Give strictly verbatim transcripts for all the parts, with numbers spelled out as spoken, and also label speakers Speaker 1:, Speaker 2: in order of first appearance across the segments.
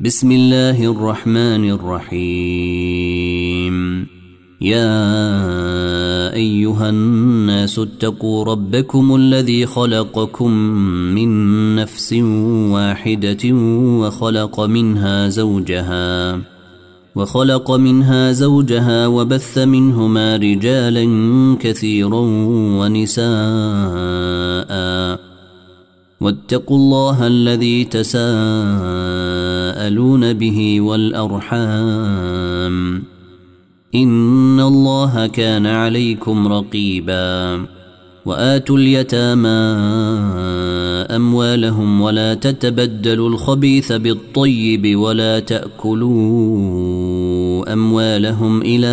Speaker 1: بسم الله الرحمن الرحيم. يا أيها الناس اتقوا ربكم الذي خلقكم من نفس واحدة وخلق منها زوجها وخلق منها زوجها وبث منهما رجالا كثيرا ونساء، واتقوا الله الذي تساءلون به والأرحام، إن الله كان عليكم رقيبا. وآتوا اليتامى أموالهم ولا تتبدلوا الخبيث بالطيب ولا تأكلوا أموالهم إلى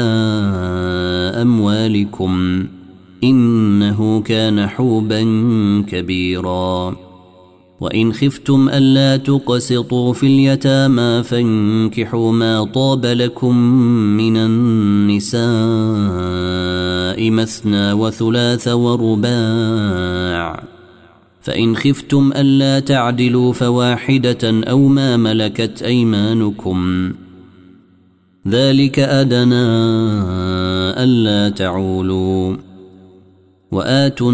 Speaker 1: أموالكم، إنه كان حوبا كبيرا. وإن خفتم ألا تقسطوا في اليتامى فانكحوا ما طاب لكم من النساء مثنى وثلاث ورباع، فإن خفتم ألا تعدلوا فواحدة أو ما ملكت أيمانكم، ذلك أدنى ألا تعولوا. وآتوا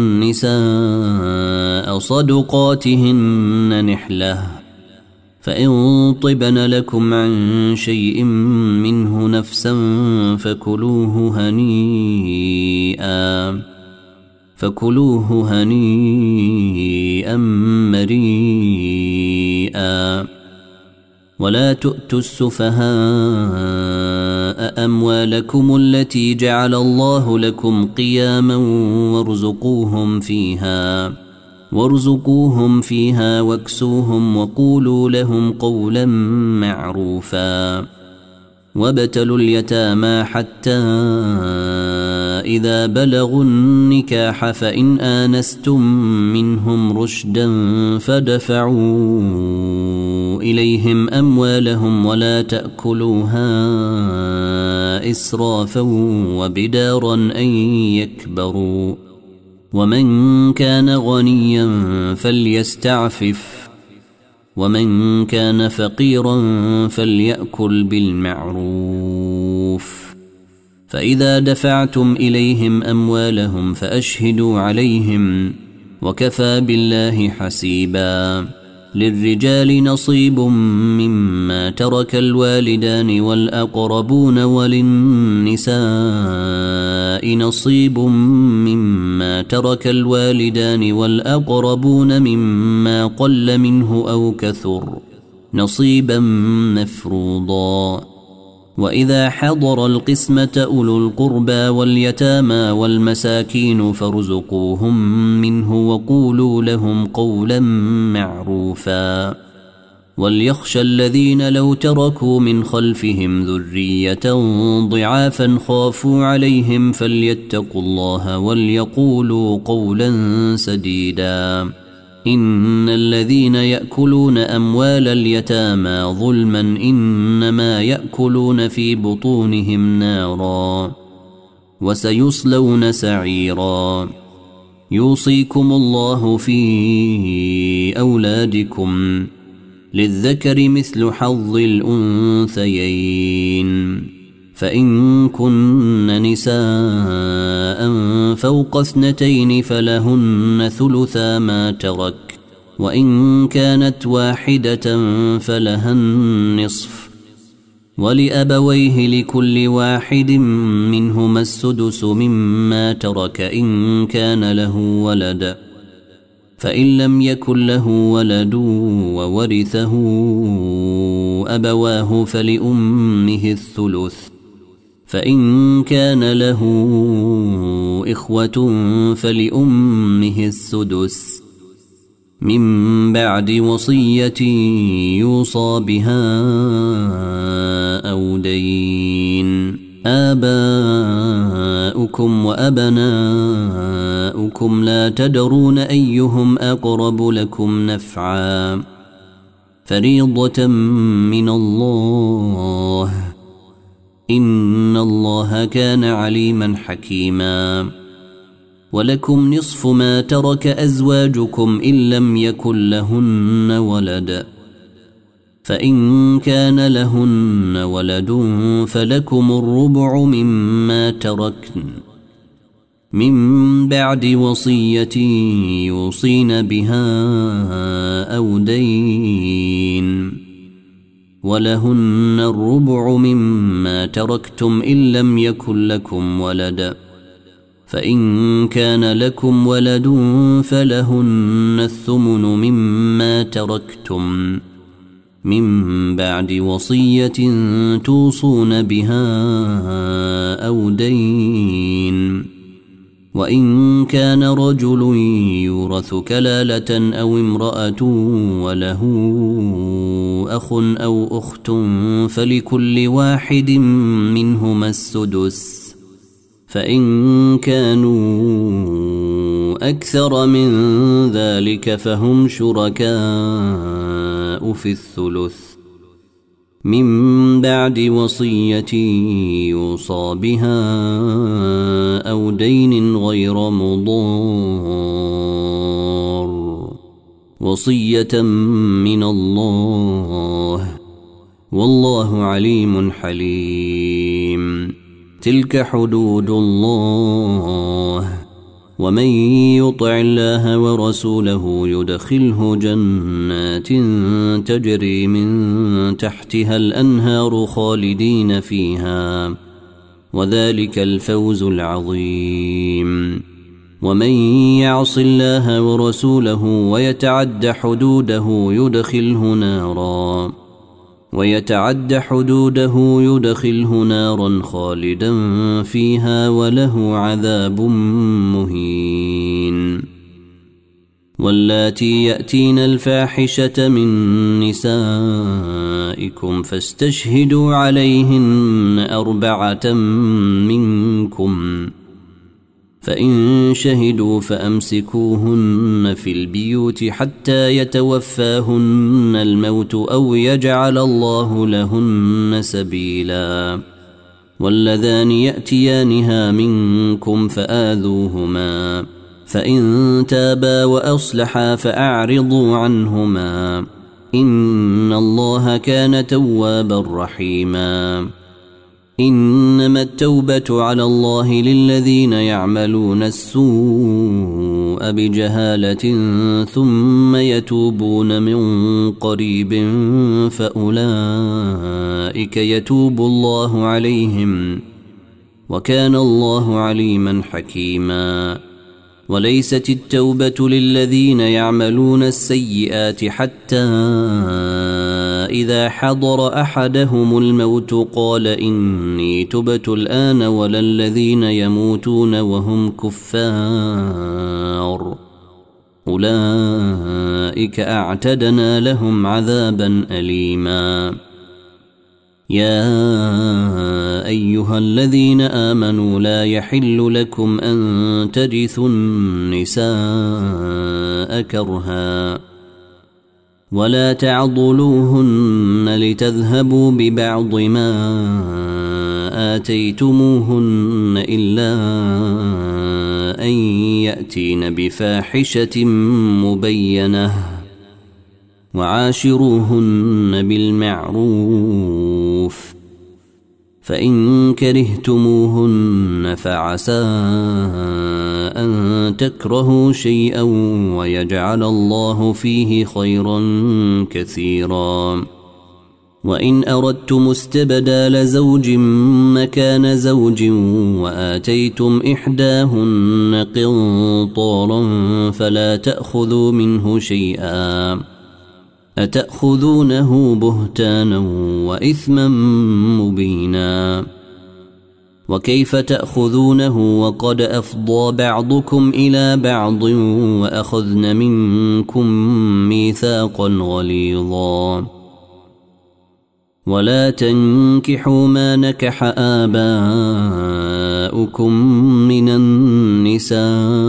Speaker 1: النساء صدقاتهن نحلة، فإن طبن لكم عن شيء منه نفسا فكلوه هنيئا فكلوه هنيئا مريئا. ولا تؤتوا السفهاء أموالكم التي جعل الله لكم قياما وارزقوهم فيها وارزقوهم فيها واكسوهم وقولوا لهم قولا معروفا. وابتلوا اليتامى حتى إذا بلغوا النكاح فإن آنستم منهم رشدا فدفعوا إليهم أموالهم ولا تأكلوها إسرافا وبدارا أن يكبروا. ومن كان غنيا فليستعفف، ومن كان فقيرا فليأكل بالمعروف. فإذا دفعتم إليهم أموالهم فأشهدوا عليهم، وكفى بالله حسيبا. للرجال نصيب مما ترك الوالدان والأقربون، وللنساء نصيب مما ترك الوالدان والأقربون مما قل منه أو كثر، نصيبا مفروضا. وإذا حضر القسمة أولو القربى واليتامى والمساكين فارزقوهم منه وقولوا لهم قولا معروفا. وليخشى الذين لو تركوا من خلفهم ذرية ضعافا خافوا عليهم فليتقوا الله وليقولوا قولا سديدا. إن الذين يأكلون أموال اليتامى ظلما إنما يأكلون في بطونهم نارا وسيصلون سعيرا. يوصيكم الله في أولادكم، للذكر مثل حظ الأنثيين، فإن كن نساء فوق اثنتين فلهن ثلثا ما ترك، وإن كانت واحدة فلها النصف، ولأبويه لكل واحد منهما السدس مما ترك إن كان له ولد، فإن لم يكن له ولد وورثه أبواه فلأمه الثلث، فإن كان له إخوة فلأمه السدس، من بعد وصية يوصى بها أو دين. آباؤكم وأبناؤكم لا تدرون أيهم أقرب لكم نفعا، فريضة من الله، إن الله كان عليما حكيما. ولكم نصف ما ترك أزواجكم إن لم يكن لهن ولد، فإن كان لهن ولد فلكم الربع مما تركن من بعد وصية يوصين بها أو دين ولهن الربع مما تركتم إن لم يكن لكم ولد فإن كان لكم ولد فلهن الثمن مما تركتم من بعد وصية توصون بها أو دين وإن كان رجل يورث كلالة أو امرأة وله أخ أو أخت فلكل واحد منهما السدس فإن كانوا أكثر من ذلك فهم شركاء في الثلث من بعد وصية يوصى بها أو دين غير مضار وصية من الله والله عليم حليم. تلك حدود الله ومن يطع الله ورسوله يدخله جنات تجري من تحتها الأنهار خالدين فيها وذلك الفوز العظيم. ومن يعص الله ورسوله ويتعد حدوده يدخله نارا ويتعد حدوده يدخله نارا خالدا فيها وله عذاب مهين. واللاتي يأتين الفاحشة من نسائكم فاستشهدوا عليهن أربعة منكم فإن شهدوا فأمسكوهن في البيوت حتى يتوفاهن الموت أو يجعل الله لهن سبيلا. واللذان يأتيانها منكم فآذوهما فإن تابا وأصلحا فأعرضوا عنهما إن الله كان توابا رحيما. إنما التوبة على الله للذين يعملون السوء بجهالة ثم يتوبون من قريب فأولئك يتوب الله عليهم وكان الله عليما حكيما. وليست التوبة للذين يعملون السيئات حتى إذا حضر أحدهم الموت قال إني تبت الآن ولا الذين يموتون وهم كفار أولئك أعتدنا لهم عذابا أليما. يا أيها الذين آمنوا لا يحل لكم أن ترثوا النساء كرها ولا تعضلوهن لتذهبوا ببعض ما آتيتموهن إلا أن يأتين بفاحشة مبينة وعاشروهن بالمعروف فإن كرهتموهن فعسى أن تكرهوا شيئا ويجعل الله فيه خيرا كثيرا. وإن أردتم استبدال زوج مكان زوج وآتيتم إحداهن قنطارا فلا تأخذوا منه شيئا أتأخذونه بهتانا وإثما مبينا. وكيف تأخذونه وقد أفضى بعضكم إلى بعض وأخذن منكم ميثاقا غليظا. ولا تنكحوا ما نكح آباؤكم من النساء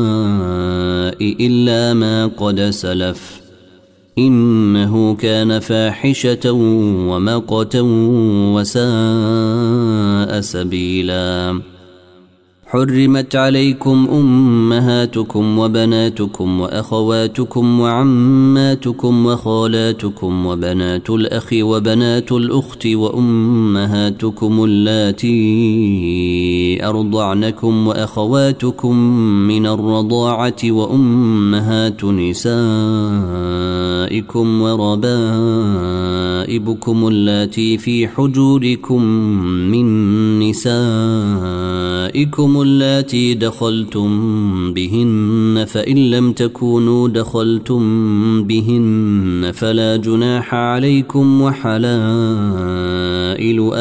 Speaker 1: إلا ما قد سلف إنه كان فاحشة ومقتا وساء سبيلا. حرمت عليكم أمهاتكم وبناتكم وأخواتكم وعماتكم وخالاتكم وبنات الأخ وبنات الأخت وأمهاتكم اللاتي أرضعنكم وأخواتكم من الرضاعة وأمهات نسائكم وربائبكم اللاتي في حجوركم من نسائكم اللاتي دخلتم بهن فإن لم تكونوا دخلتم بهن فلا جناح عليكم وحلائل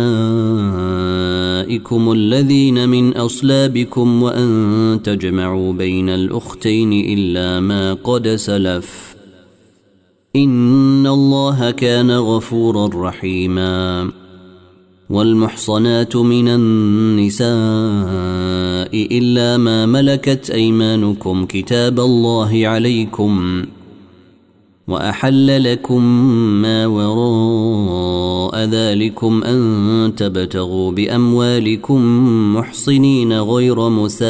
Speaker 1: أبنائكم الذين من أصلابكم وأن تجمعوا بين الأختين إلا ما قد سلف إن الله كان غفورا رحيما. والمحصنات من النساء إلا ما ملكت أيمانكم كتاب الله عليكم وأحل لكم ما وراء ذلكم أن تبتغوا بأموالكم محصنين غير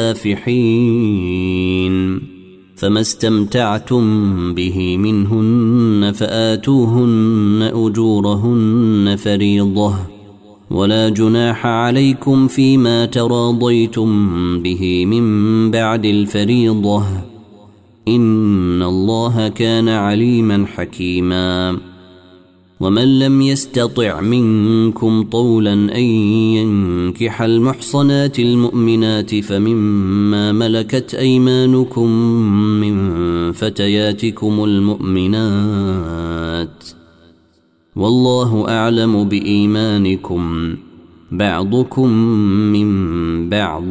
Speaker 1: مسافحين فما استمتعتم به منهن فآتوهن أجورهن فريضة ولا جناح عليكم فيما تراضيتم به من بعد الفريضة إن الله كان عليما حكيما. ومن لم يستطع منكم طولا أن ينكح المحصنات المؤمنات فمما ملكت أيمانكم من فتياتكم المؤمنات والله أعلم بإيمانكم بعضكم من بعض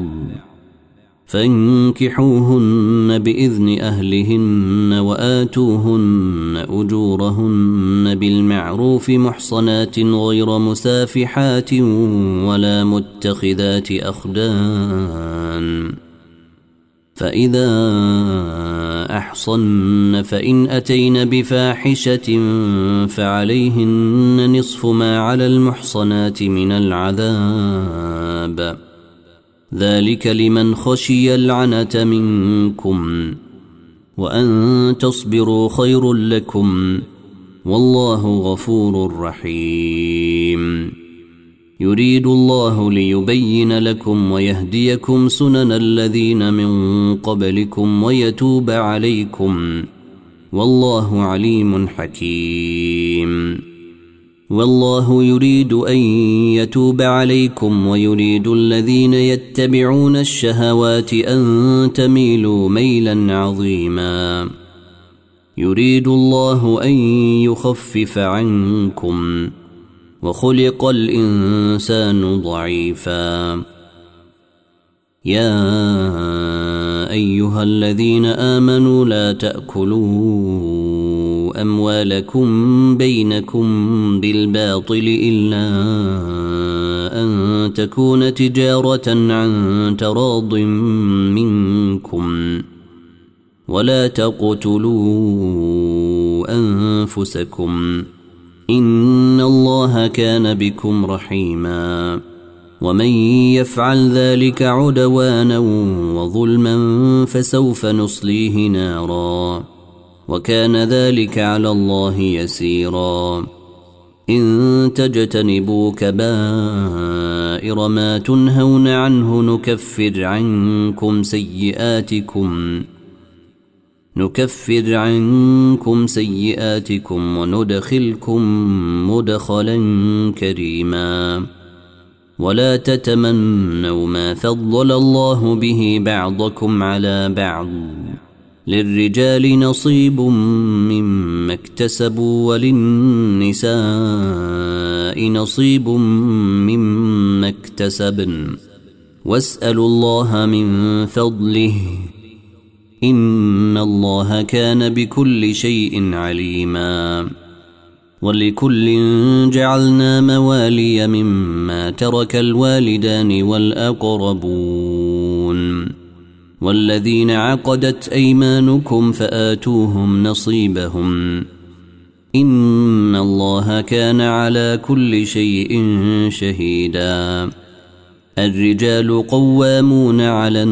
Speaker 1: فانكحوهن بإذن أهلهن وآتوهن أجورهن بالمعروف محصنات غير مسافحات ولا متخذات أخدان فإذا أحصن فإن أتين بفاحشة فعليهن نصف ما على المحصنات من العذاب ذلك لمن خشي العنة منكم وأن تصبروا خير لكم والله غفور رحيم. يريد الله ليبين لكم ويهديكم سنن الذين من قبلكم ويتوب عليكم والله عليم حكيم. والله يريد أن يتوب عليكم ويريد الذين يتبعون الشهوات أن تميلوا ميلا عظيما. يريد الله أن يخفف عنكم وخلق الإنسان ضعيفا. يا أيها الذين آمنوا لا تأكلوا أموالكم بينكم بالباطل إلا أن تكون تجارة عن تراض منكم ولا تقتلوا أنفسكم إن الله كان بكم رحيما. ومن يفعل ذلك عدوانا وظلما فسوف نصليه نارا وكان ذلك على الله يسيرا. إن تجتنبوا كبائر ما تنهون عنه نكفر عنكم سيئاتكم نكفر عنكم سيئاتكم وندخلكم مدخلا كريما. ولا تتمنوا ما فضل الله به بعضكم على بعض للرجال نصيب مما اكتسبوا وللنساء نصيب مما اكتسبن واسألوا الله من فضله إن الله كان بكل شيء عليما. ولكل جعلنا موالي مما ترك الوالدان والأقربون والذين عقدت أيمانكم فآتوهم نصيبهم إن الله كان على كل شيء شهيدا. الرجال قوامون على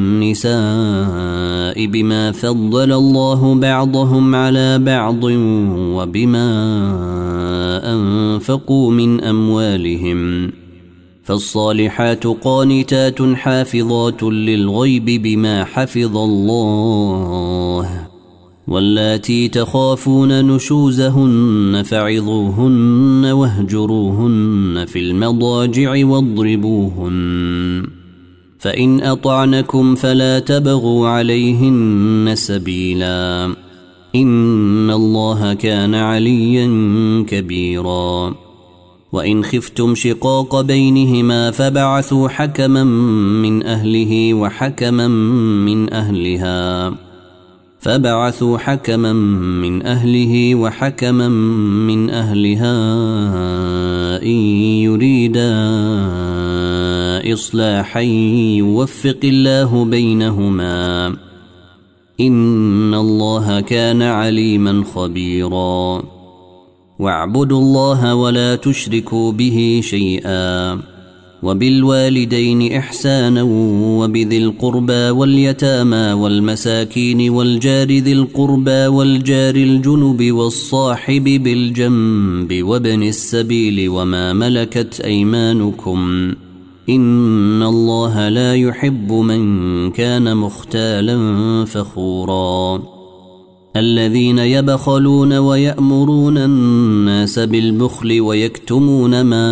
Speaker 1: النساء بما فضل الله بعضهم على بعض وبما أنفقوا من أموالهم. فالصالحات قانتات حافظات للغيب بما حفظ الله. واللاتي تخافون نشوزهن فعظوهن واهجروهن في المضاجع واضربوهن. فإن أطعنكم فلا تبغوا عليهن سبيلا إن الله كان عليا كبيرا. وإن خفتم شقاق بينهما فبعثوا حكما من أهله وحكما من أهلها فبعثوا حكما من أهله وحكما من أهلها إن يريدا إصلاحا يوفق الله بينهما إن الله كان عليما خبيرا. واعبدوا الله ولا تشركوا به شيئا وبالوالدين إحسانا وبذي القربى واليتامى والمساكين والجار ذي القربى والجار الجنب والصاحب بالجنب وابن السبيل وما ملكت أيمانكم إن الله لا يحب من كان مختالا فخورا. الذين يبخلون ويأمرون الناس بالبخل ويكتمون ما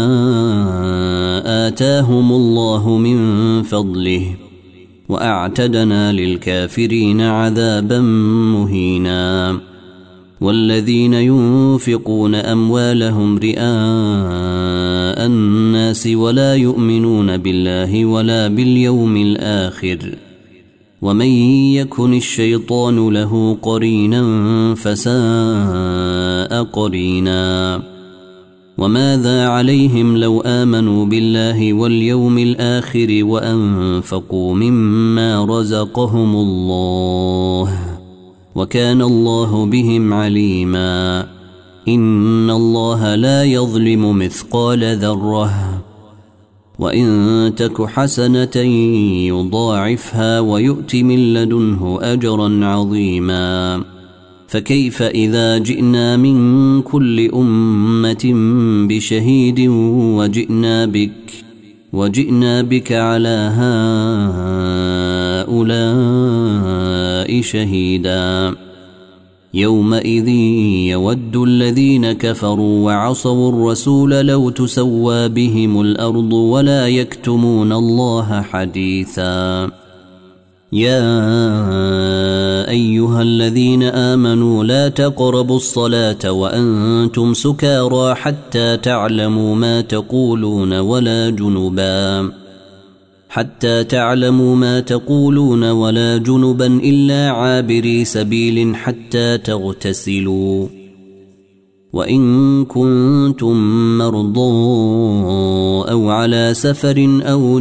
Speaker 1: آتاهم الله من فضله وأعتدنا للكافرين عذابا مهينا. والذين ينفقون أموالهم رئاء الناس ولا يؤمنون بالله ولا باليوم الآخر ومن يكن الشيطان له قرينا فساء قرينا. وماذا عليهم لو آمنوا بالله واليوم الآخر وأنفقوا مما رزقهم الله وكان الله بهم عليما. إن الله لا يظلم مثقال ذرة وإن تك حسنة يضاعفها ويؤت من لدنه أجرا عظيما. فكيف إذا جئنا من كل أمة بشهيد وجئنا بك وجئنا بك على هؤلاء شهيدا. يومئذ يود الذين كفروا وعصوا الرسول لو تسوى بهم الأرض ولا يكتمون الله حديثا. يا أيها الذين آمنوا لا تقربوا الصلاة وأنتم سكارى حتى تعلموا ما تقولون ولا جنبا حتى تعلموا ما تقولون ولا جنبا إلا عابري سبيل حتى تغتسلوا. وإن كنتم مرضى أو على سفر أو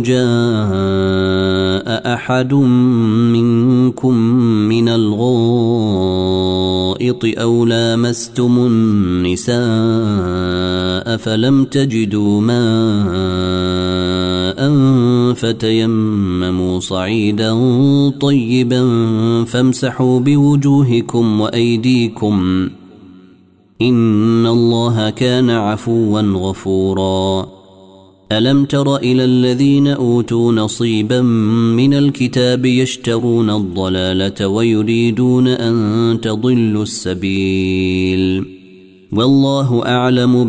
Speaker 1: جاء أحد منكم من الغائط أو لامستم النساء فلم تجدوا ماء فتيمموا صعيدا طيبا فامسحوا بوجوهكم وأيديكم إن الله كان عفوا غفورا. ألم تر إلى الذين أوتوا نصيبا من الكتاب يشترون الضلالة ويريدون أن تضلوا السبيل والله أعلم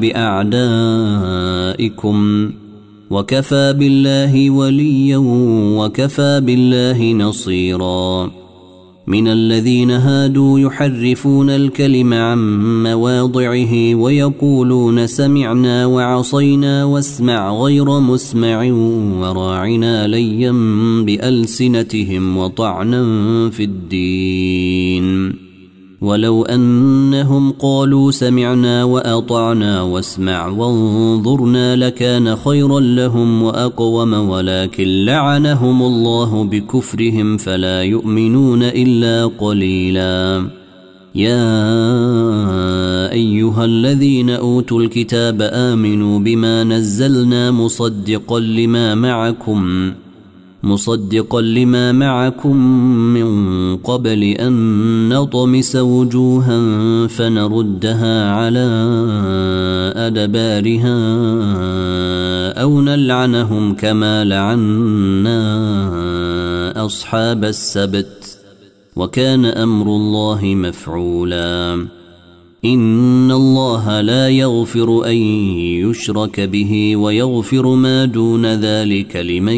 Speaker 1: بأعدائكم وكفى بالله وليا وكفى بالله نصيرا. من الذين هادوا يحرفون الكلم عن مواضعه ويقولون سمعنا وعصينا واسمع غير مسمع وراعنا ليا بألسنتهم وطعنا في الدين. ولو أنهم قالوا سمعنا وأطعنا واسمع وانظرنا لكان خيرا لهم وأقوم ولكن لعنهم الله بكفرهم فلا يؤمنون إلا قليلا. يا أيها الذين أوتوا الكتاب آمنوا بما نزلنا مصدقا لما معكم مصدقا لما معكم من قبل أن نطمس وجوها فنردها على أدبارها أو نلعنهم كما لعنا أصحاب السبت وكان أمر الله مفعولا إن الله لا يغفر أن يشرك به ويغفر ما دون ذلك لمن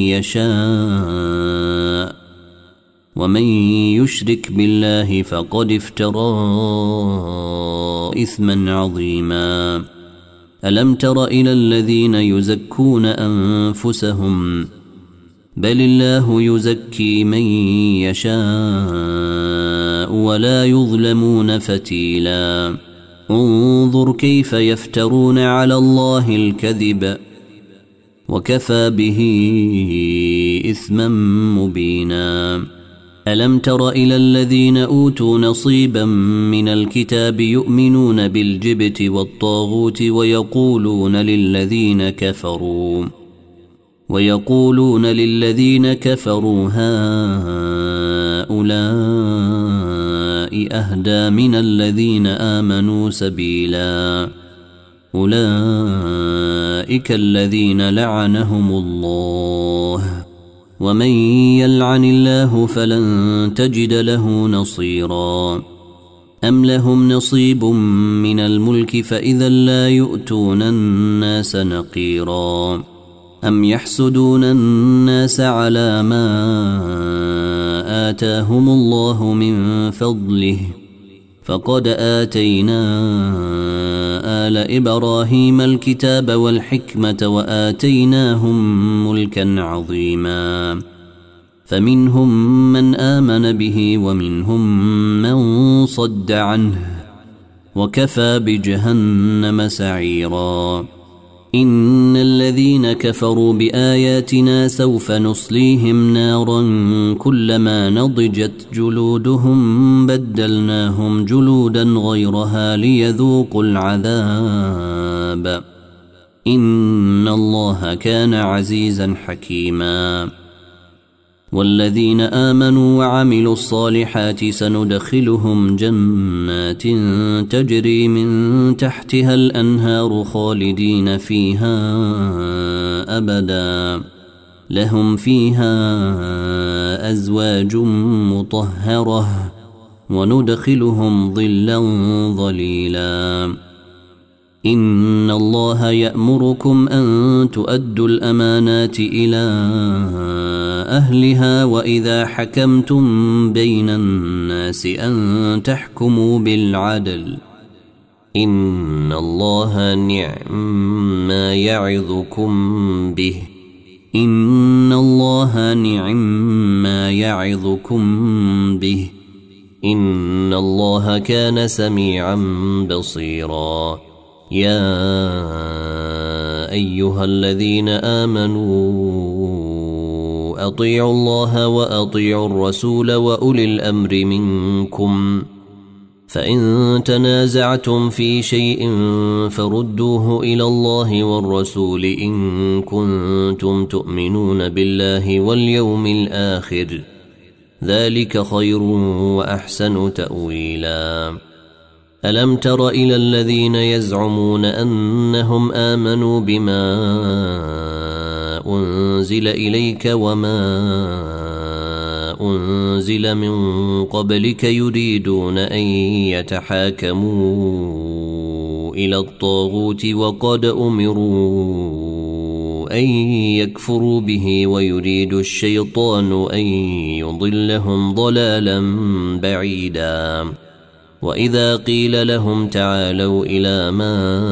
Speaker 1: يشاء ومن يشرك بالله فقد افترى إثما عظيما ألم تر إلى الذين يزكون أنفسهم بل الله يزكي من يشاء ولا يظلمون فتيلا انظر كيف يفترون على الله الكذب وكفى به إثما مبينا ألم تر إلى الذين أوتوا نصيبا من الكتاب يؤمنون بالجبت والطاغوت ويقولون للذين كفروا ويقولون للذين كفروا هؤلاء أهدى من الذين آمنوا سبيلا أولئك الذين لعنهم الله ومن يلعن الله فلن تجد له نصيرا أم لهم نصيب من الملك فإذا لا يؤتون الناس نقيرا أم يحسدون الناس على ما آتاهم الله من فضله فقد آتينا آل إبراهيم الكتاب والحكمة وآتيناهم ملكا عظيما فمنهم من آمن به ومنهم من صد عنه وكفى بجهنم سعيرا إن الذين كفروا بآياتنا سوف نصليهم نارا كلما نضجت جلودهم بدلناهم جلودا غيرها ليذوقوا العذاب إن الله كان عزيزا حكيما والذين آمنوا وعملوا الصالحات سندخلهم جنات تجري من تحتها الأنهار خالدين فيها أبدا لهم فيها أزواج مطهرة وندخلهم ظلا ظليلا إن الله يأمركم أن تؤدوا الأمانات إلى أهلها وإذا حكمتم بين الناس أن تحكموا بالعدل إن الله نعم ما يعظكم به إن الله نعم ما يعظكم به إن الله كان سميعا بصيرا يا أيها الذين آمنوا أطيعوا الله وأطيعوا الرسول وأولي الأمر منكم فإن تنازعتم في شيء فردوه إلى الله والرسول إن كنتم تؤمنون بالله واليوم الآخر ذلك خير وأحسن تأويلا ألم تر إلى الذين يزعمون أنهم آمنوا بما أنزل إليك وما أنزل من قبلك يريدون أن يتحاكموا إلى الطاغوت وقد أمروا أن يكفروا به ويريد الشيطان أن يضلهم ضلالا بعيدا وإذا قيل لهم تعالوا إلى ما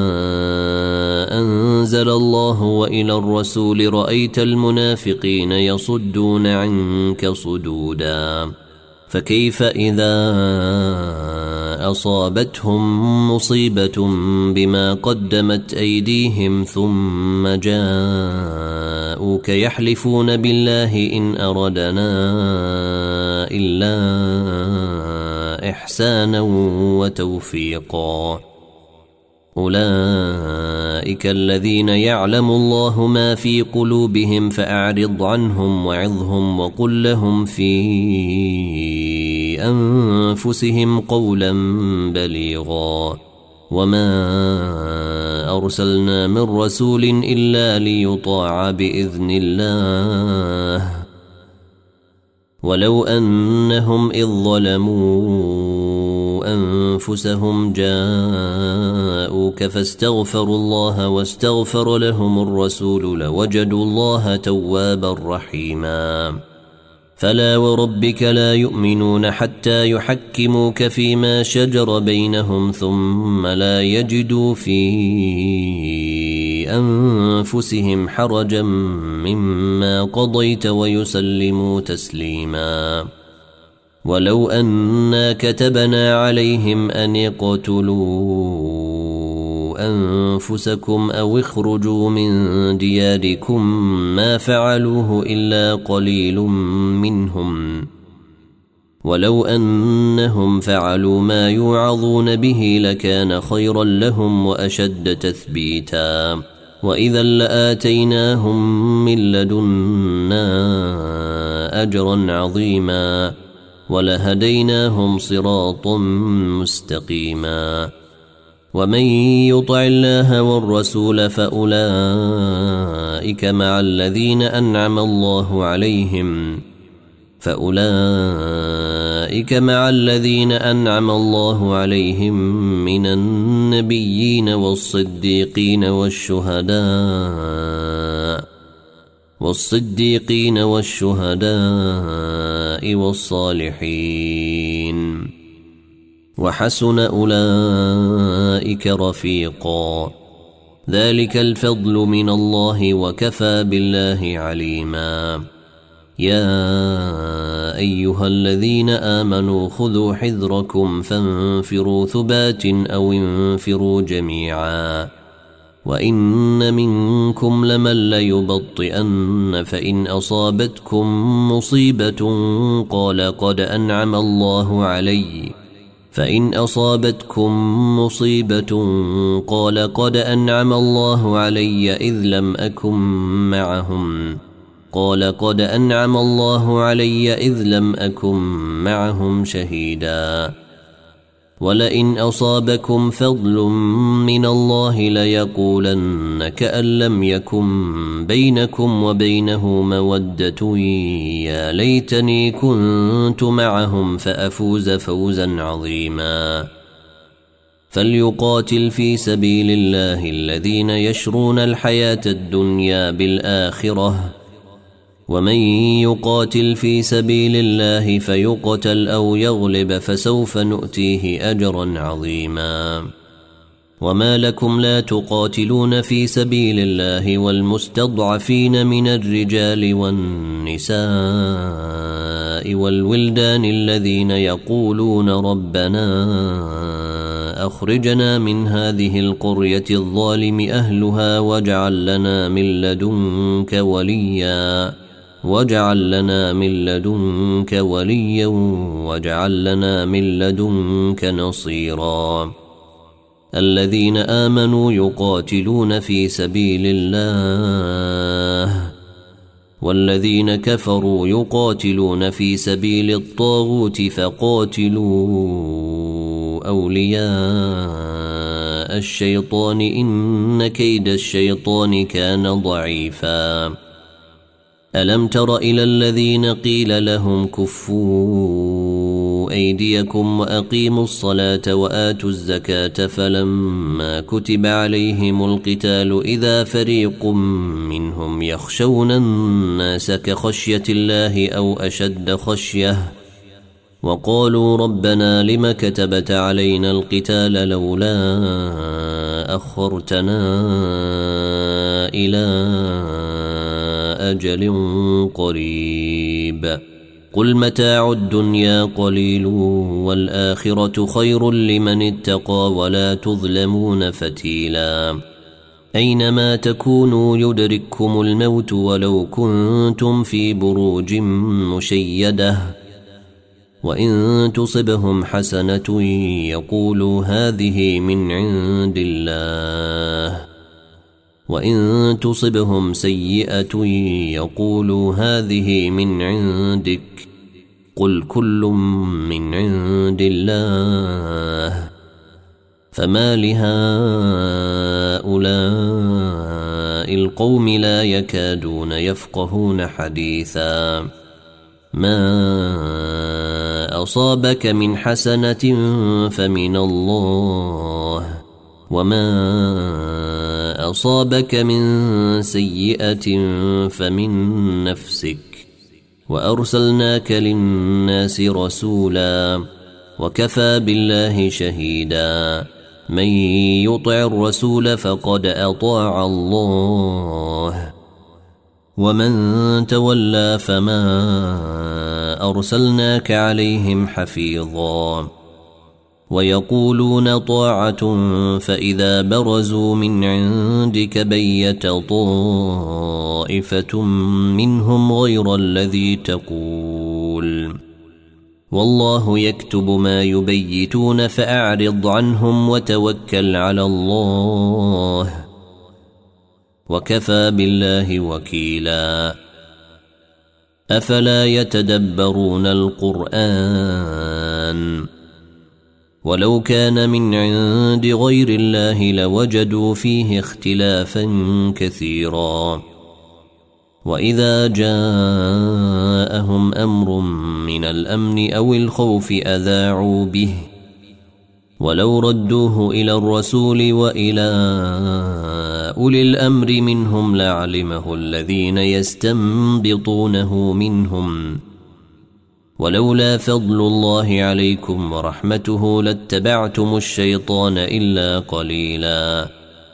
Speaker 1: أنزل الله وإلى الرسول رأيت المنافقين يصدون عنك صدودا فكيف إذا أصابتهم مصيبة بما قدمت أيديهم ثم جاءوك يحلفون بالله إن أردنا إلا إحسانا وتوفيقا. أولئك الذين يعلم الله ما في قلوبهم فأعرض عنهم وعظهم وقل لهم في أنفسهم قولا بليغا. وما أرسلنا من رسول إلا ليطاع بإذن الله ولو أنهم إذ ظلموا أنفسهم جاءوك فاستغفروا الله واستغفر لهم الرسول لوجدوا الله توابا رحيما. فلا وربك لا يؤمنون حتى يحكموك فيما شجر بينهم ثم لا يجدوا في أنفسهم حرجا مما قضيت ويسلموا تسليما. ولو أنا كتبنا عليهم أن يقتلوا أنفسكم أو اخرجوا من دياركم ما فعلوه إلا قليل منهم ولو أنهم فعلوا ما يوعظون به لكان خيرا لهم وأشد تثبيتا. وإذا لآتيناهم من لدنا أجرا عظيما ولهديناهم صراطا مستقيما. ومن يطع الله والرسول فأولئك مع الذين أنعم الله عليهم فأولئك مع الذين أنعم الله عليهم من النبيين والصديقين والشهداء والصديقين والشهداء والصالحين وحسن أولئك رفيقا. ذلك الفضل من الله وكفى بالله عليما. يا أيها الذين آمنوا خذوا حذركم فانفروا ثبات أو انفروا جميعا. وإن منكم لمن ليبطئن فإن أصابتكم مصيبة قال قد أنعم الله علي فإن أصابتكم مصيبة قال قد أنعم الله علي إذ لم أكن معهم قال قد أنعم الله علي إذ لم أكن معهم شهيدا. ولئن أصابكم فضل من الله ليقولن كأن لم يكن بينكم وبينه مودة يا ليتني كنت معهم فأفوز فوزا عظيما. فليقاتل في سبيل الله الذين يشرون الحياة الدنيا بالآخرة ومن يقاتل في سبيل الله فيقتل أو يغلب فسوف نؤتيه أجرا عظيما. وما لكم لا تقاتلون في سبيل الله والمستضعفين من الرجال والنساء والولدان الذين يقولون ربنا أخرجنا من هذه القرية الظالم أهلها واجعل لنا من لدنك وليا واجعل لنا من لدنك وليا واجعل لنا من لدنك نصيرا. الذين آمنوا يقاتلون في سبيل الله والذين كفروا يقاتلون في سبيل الطاغوت فقاتلوا أولياء الشيطان إن كيد الشيطان كان ضعيفا. ألم تر إلى الذين قيل لهم كفوا أيديكم وأقيموا الصلاة وآتوا الزكاة فلما كتب عليهم القتال إذا فريق منهم يخشون الناس كخشية الله أو أشد خشية وقالوا ربنا لم كتبت علينا القتال لولا أخرتنا إلى أجل قريب قل متاع الدنيا قليل والآخرة خير لمن اتقى ولا تظلمون فتيلا. أينما تكونوا يدرككم الموت ولو كنتم في بروج مشيدة وإن تصبهم حسنة يقولوا هذه من عند الله، وإن تصبهم سيئة يقولوا هذه من عندك، قل كل من عند الله. فما لهؤلاء القوم لا يكادون يفقهون حديثا. ما أصابك من حسنة فمن الله، وما أصابك من سيئة فمن نفسك، وأرسلناك للناس رسولا وكفى بالله شهيدا. من يطع الرسول فقد أطاع الله، ومن تولى فما أرسلناك عليهم حفيظا. ويقولون طاعة فإذا برزوا من عندك بيت طائفة منهم غير الذي تقول، والله يكتب ما يبيتون فأعرض عنهم وتوكل على الله، وكفى بالله وكيلا. أفلا يتدبرون القرآن؟ ولو كان من عند غير الله لوجدوا فيه اختلافا كثيرا. وإذا جاءهم أمر من الأمن أو الخوف أذاعوا به، ولو ردوه إلى الرسول وإلى أولي الأمر منهم لعلمه الذين يستنبطونه منهم، ولولا فضل الله عليكم ورحمته لاتبعتم الشيطان إلا قليلا.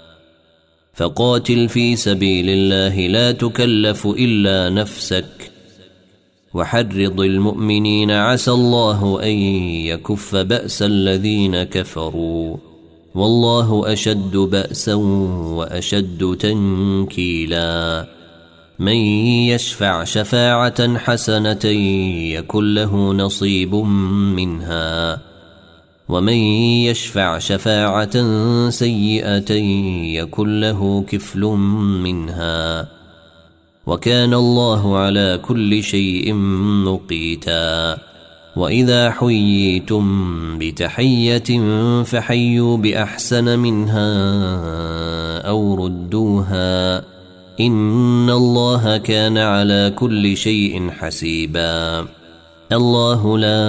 Speaker 1: فقاتل في سبيل الله لا تكلف إلا نفسك، وحرض المؤمنين عسى الله أن يكف بأس الذين كفروا، والله أشد بأسا وأشد تنكيلا. من يشفع شفاعة حسنة يكن له نصيب منها، ومن يشفع شفاعة سيئة يكن له كفل منها، وكان الله على كل شيء مقيتا. وإذا حييتم بتحية فحيوا بأحسن منها أو ردوها، إن الله كان على كل شيء حسيبا. الله لا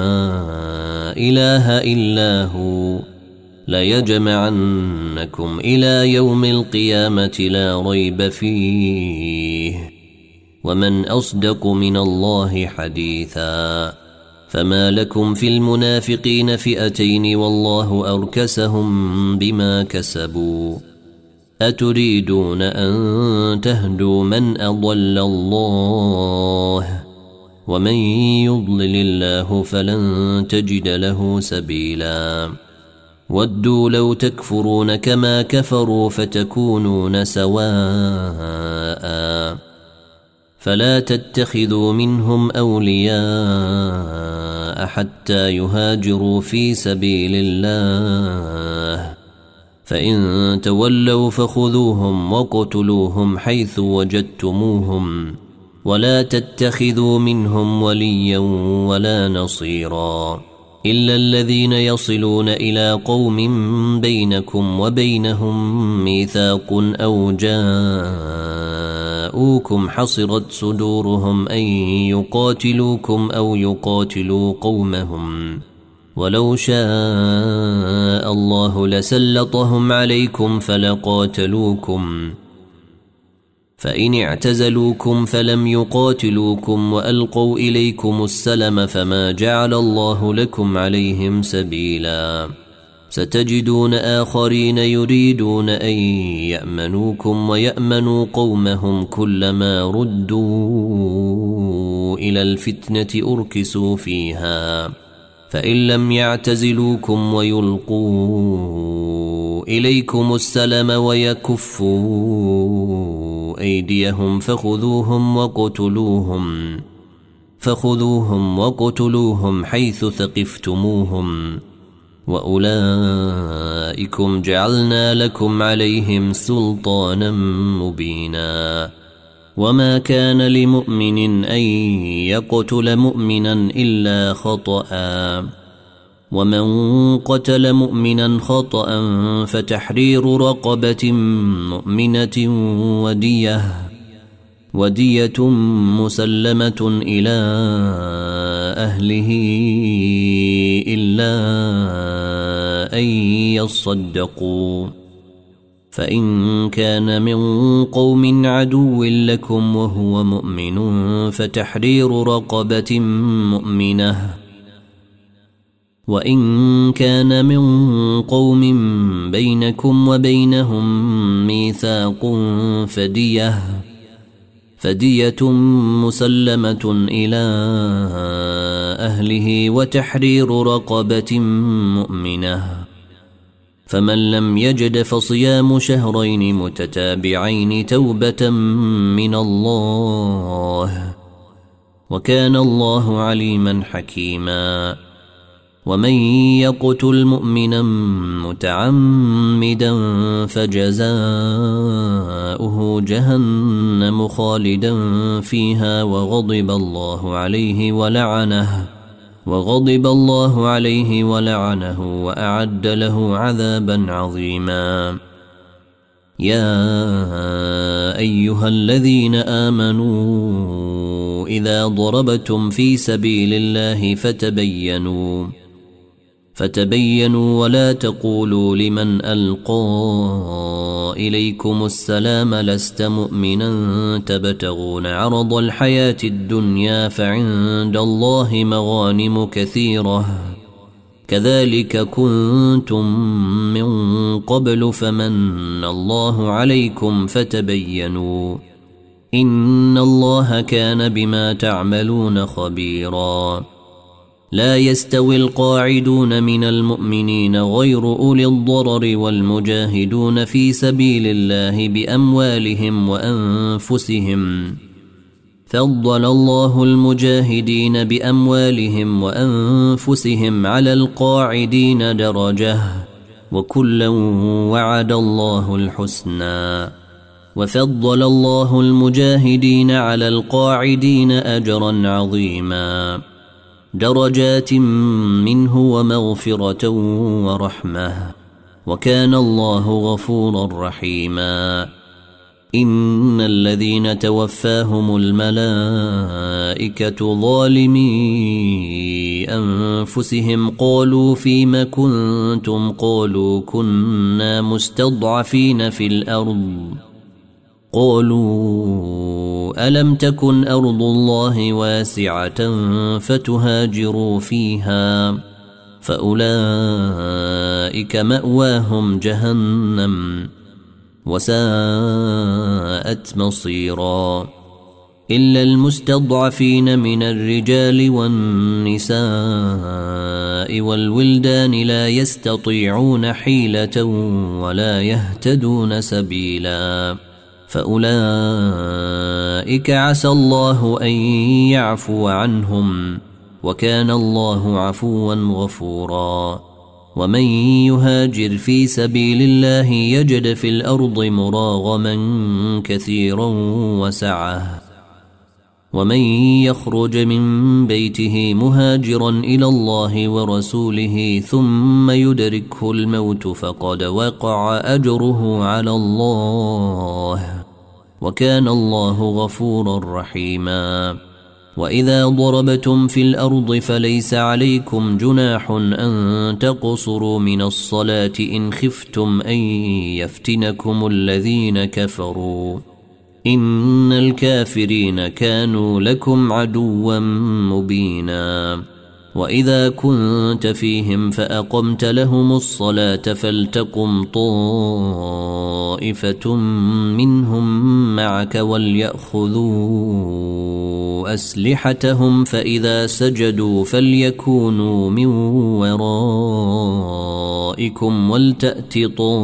Speaker 1: إله إلا هو ليجمعنكم إلى يوم القيامة لا ريب فيه، ومن أصدق من الله حديثا. فما لكم في المنافقين فئتين والله أركسهم بما كسبوا، أتريدون أن تهدوا من أضل الله، ومن يضلل الله فلن تجد له سبيلا. ودوا لو تكفرون كما كفروا فتكونون سواء، فلا تتخذوا منهم أولياء حتى يهاجروا في سبيل الله، فإن تولوا فخذوهم وقتلوهم حيث وجدتموهم، ولا تتخذوا منهم وليا ولا نصيرا، إلا الذين يصلون إلى قوم بينكم وبينهم ميثاق أو جاءوكم حصرت صدورهم أن يقاتلوكم أو يقاتلوا قومهم، ولو شاء الله لسلطهم عليكم فلقاتلوكم، فإن اعتزلوكم فلم يقاتلوكم وألقوا إليكم السلم فما جعل الله لكم عليهم سبيلا. ستجدون آخرين يريدون أن يأمنوكم ويأمنوا قومهم، كلما ردوا إلى الفتنة أركسوا فيها، فإن لم يعتزلوكم ويلقوا إليكم السلم ويكفوا أيديهم فخذوهم وقتلوهم، فخذوهم وقتلوهم حيث ثقفتموهم وأولئكم جعلنا لكم عليهم سلطانا مبينا وما كان لمؤمن أن يقتل مؤمنا إلا خطأ ومن قتل مؤمنا خطأ فتحرير رقبة مؤمنة ودية ودية مسلمة إلى أهله إلا أن يصدقوا فإن كان من قوم عدو لكم وهو مؤمن فتحرير رقبة مؤمنة وإن كان من قوم بينكم وبينهم ميثاق فدية فدية مسلمة إلى أهله وتحرير رقبة مؤمنة فمن لم يجد فصيام شهرين متتابعين توبة من الله وكان الله عليما حكيما ومن يقتل مؤمنا متعمدا فجزاؤه جهنم خالدا فيها وغضب الله عليه ولعنه وغضب الله عليه ولعنه وأعد له عذابا عظيما يا أيها الذين آمنوا إذا ضربتم في سبيل الله فتبينوا فتبينوا ولا تقولوا لمن ألقى إليكم السلام لست مؤمنا تبتغون عرض الحياة الدنيا فعند الله مغانم كثيرة كذلك كنتم من قبل فمن الله عليكم فتبينوا إن الله كان بما تعملون خبيرا لا يستوي القاعدون من المؤمنين غير أولي الضرر والمجاهدون في سبيل الله بأموالهم وأنفسهم فضل الله المجاهدين بأموالهم وأنفسهم على القاعدين درجة وكلا وعد الله الحسنى وفضل الله المجاهدين على القاعدين أجرا عظيما درجات منه ومغفرة ورحمة وكان الله غفورا رحيما إن الذين توفاهم الملائكة ظالمي أنفسهم قالوا فيم كنتم قالوا كنا مستضعفين في الأرض قالوا ألم تكن أرض الله واسعة فتهاجروا فيها فأولئك مأواهم جهنم وساءت مصيرا إلا المستضعفين من الرجال والنساء والولدان لا يستطيعون حيلة ولا يهتدون سبيلا فأولئك عسى الله أن يعفو عنهم وكان الله عفوا غفورا ومن يهاجر في سبيل الله يجد في الأرض مراغما كثيرا وسعة ومن يخرج من بيته مهاجرا إلى الله ورسوله ثم يدركه الموت فقد وقع أجره على الله وكان الله غفورا رحيما وإذا ضربتم في الأرض فليس عليكم جناح أن تقصروا من الصلاة إن خفتم أن يفتنكم الذين كفروا إن الكافرين كانوا لكم عدوا مبينا وإذا كنت فيهم فأقمت لهم الصلاة فلتقم طائفة منهم معك وليأخذوا أسلحتهم فإذا سجدوا فليكونوا من ورائكم ولتأت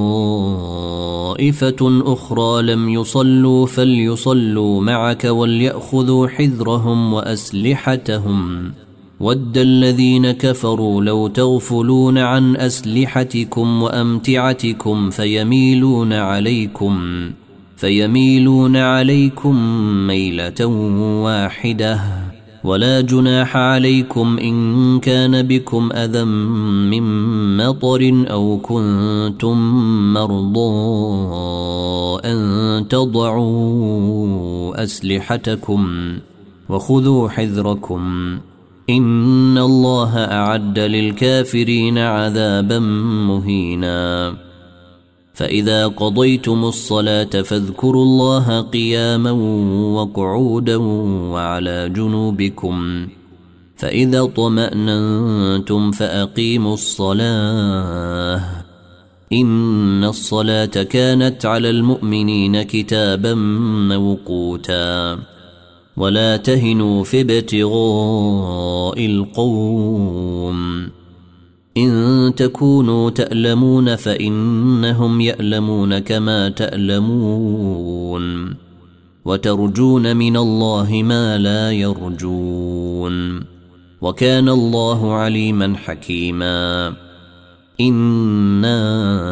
Speaker 1: طائفة أخرى لم يصلوا فليصلوا معك وليأخذوا حذرهم وأسلحتهم ود الذين كفروا لو تغفلون عن أسلحتكم وأمتعتكم فيميلون عليكم فيميلون عليكم ميلة واحدة ولا جناح عليكم إن كان بكم أذى من مطر أو كنتم مرضى أن تضعوا أسلحتكم وخذوا حذركم إن الله أعد للكافرين عذابا مهينا فإذا قضيتم الصلاة فاذكروا الله قياما وقعودا وعلى جنوبكم فإذا طمأننتم فأقيموا الصلاة إن الصلاة كانت على المؤمنين كتابا موقوتا ولا تهنوا في ابتغاء القوم إن تكونوا تألمون فإنهم يألمون كما تألمون وترجون من الله ما لا يرجون وكان الله عليما حكيما إنا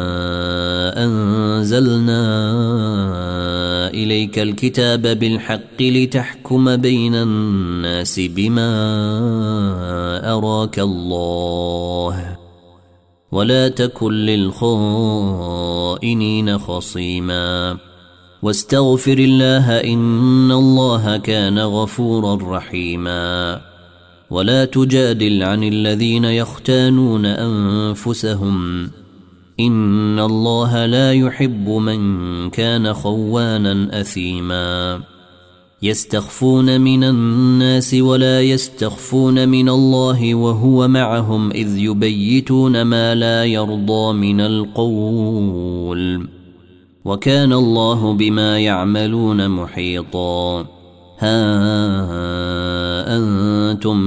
Speaker 1: أنزلنا إليك الكتاب بالحق لتحكم بين الناس بما أراك الله ولا تكن للخائنين خصيما واستغفر الله إن الله كان غفورا رحيما ولا تجادل عن الذين يختانون أنفسهم إن الله لا يحب من كان خوانا أثيما يستخفون من الناس ولا يستخفون من الله وهو معهم إذ يبيتون ما لا يرضى من القول وكان الله بما يعملون محيطا ها أنتم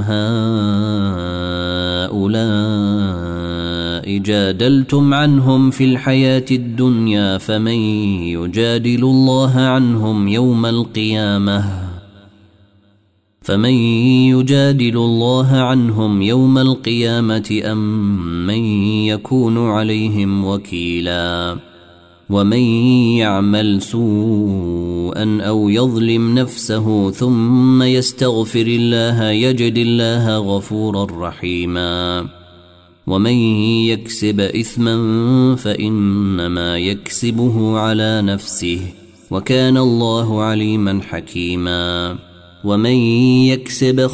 Speaker 1: هؤلاء جادلتم عنهم في الحياة الدنيا فمن يجادل الله عنهم يوم القيامة فمن يجادل الله عنهم يوم القيامة أم من يكون عليهم وكيلا ومن يعمل سوءا أو يظلم نفسه ثم يستغفر الله يجد الله غفورا رحيما ومن يكسب إثما فإنما يكسبه على نفسه وكان الله عليما حكيما ومن يكسب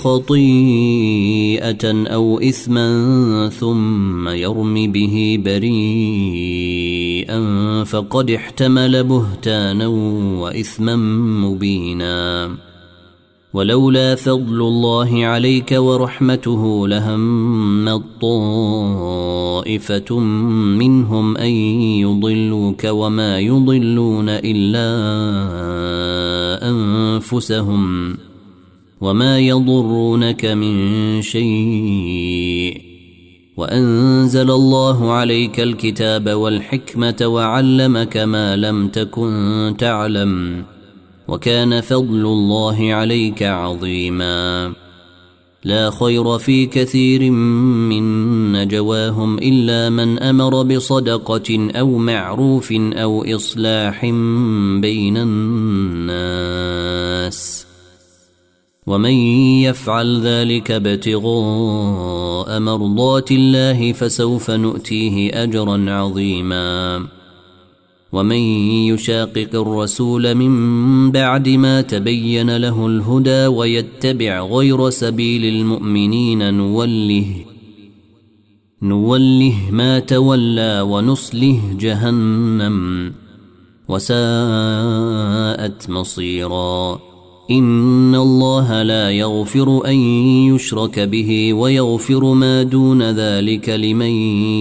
Speaker 1: خطيئة أو إثما ثم يرم به بريئا فقد احتمل بهتانا وإثما مبينا ولولا فضل الله عليك ورحمته لهم طائفة منهم أن يضلوك وما يضلون إلا أنفسهم وما يضرونك من شيء وأنزل الله عليك الكتاب والحكمة وعلمك ما لم تكن تعلم وكان فضل الله عليك عظيما لا خير في كثير من نجواهم إلا من أمر بصدقة أو معروف أو إصلاح بين الناس ومن يفعل ذلك ابتغاء مرضات الله فسوف نؤتيه أجرا عظيما ومن يشاقق الرسول من بعد ما تبين له الهدى ويتبع غير سبيل المؤمنين نوله نوله ما تولى ونصله جهنم وساءت مصيرا إن الله لا يغفر أن يشرك به ويغفر ما دون ذلك لمن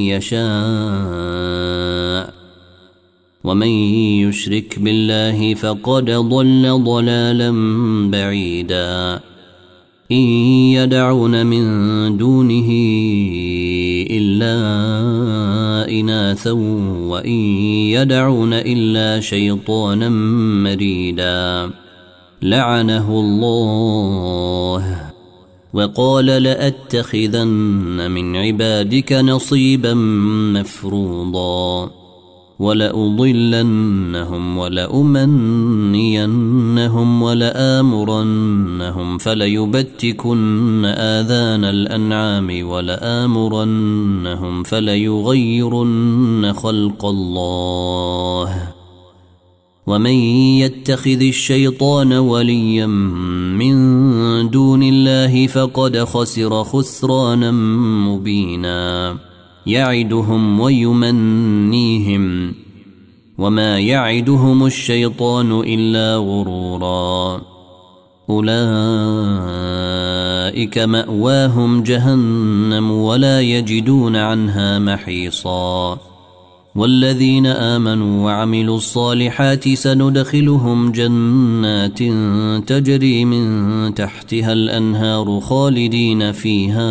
Speaker 1: يشاء ومن يشرك بالله فقد ضل ضلالا بعيدا إن يدعون من دونه إلا إناثا وإن يدعون إلا شيطانا مريدا لعنه الله وقال لأتخذن من عبادك نصيبا مفروضا ولأضلنهم ولأمنينهم ولآمرنهم فليبتكن آذان الأنعام ولآمرنهم فليغيرن خلق الله ومن يتخذ الشيطان وليا من دون الله فقد خسر خسرانا مبينا يعدهم ويمنيهم وما يعدهم الشيطان إلا غرورا أولئك مأواهم جهنم ولا يجدون عنها محيصا والذين آمنوا وعملوا الصالحات سندخلهم جنات تجري من تحتها الأنهار خالدين فيها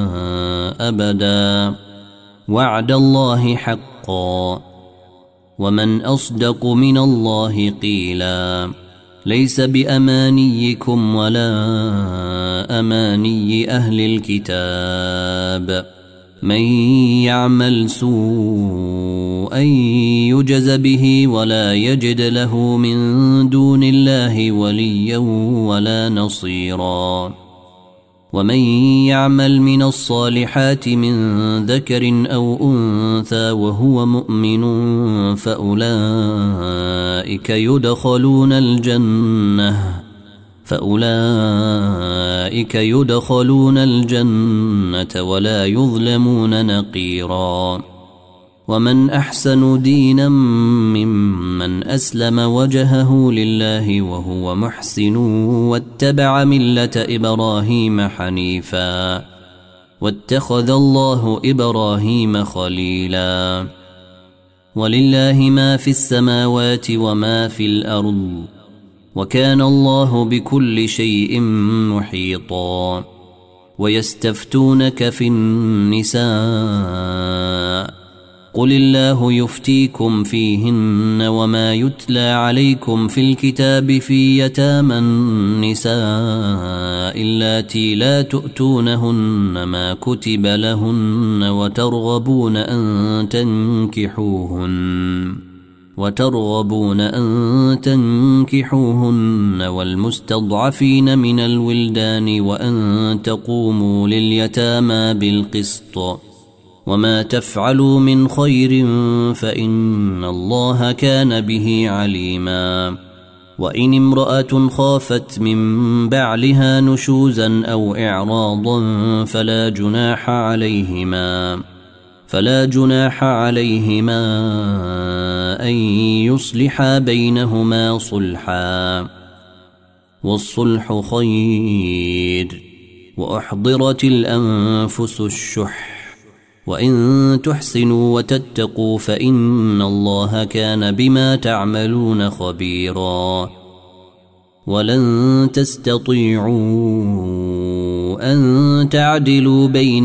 Speaker 1: أبدا وعد الله حقا ومن أصدق من الله قيلا ليس بأمانيكم ولا أماني أهل الكتاب من يعمل سوءا يجز به ولا يجد له من دون الله وليا ولا نصيرا ومن يعمل من الصالحات من ذكر أو أنثى وهو مؤمن فأولئك يدخلون الجنة فأولئك يدخلون الجنة ولا يظلمون نقيرا ومن أحسن دينا ممن أسلم وجهه لله وهو محسن واتبع ملة إبراهيم حنيفا واتخذ الله إبراهيم خليلا ولله ما في السماوات وما في الأرض وكان الله بكل شيء محيطا ويستفتونك في النساء قل الله يفتيكم فيهن وما يتلى عليكم في الكتاب في يتامى النساء اللاتي لا تؤتونهن ما كتب لهن وترغبون أن تنكحوهن وترغبون أن تنكحوهن والمستضعفين من الولدان وأن تقوموا لليتامى بالقسط وما تفعلوا من خير فإن الله كان به عليما وإن امرأة خافت من بعلها نشوزا أو إعراضا فلا جناح عليهما فلا جناح عليهما أن يصلحا بينهما صلحا والصلح خير وأحضرت الأنفس الشح وإن تحسنوا وتتقوا فإن الله كان بما تعملون خبيرا ولن تستطيعوا أن تعدلوا بين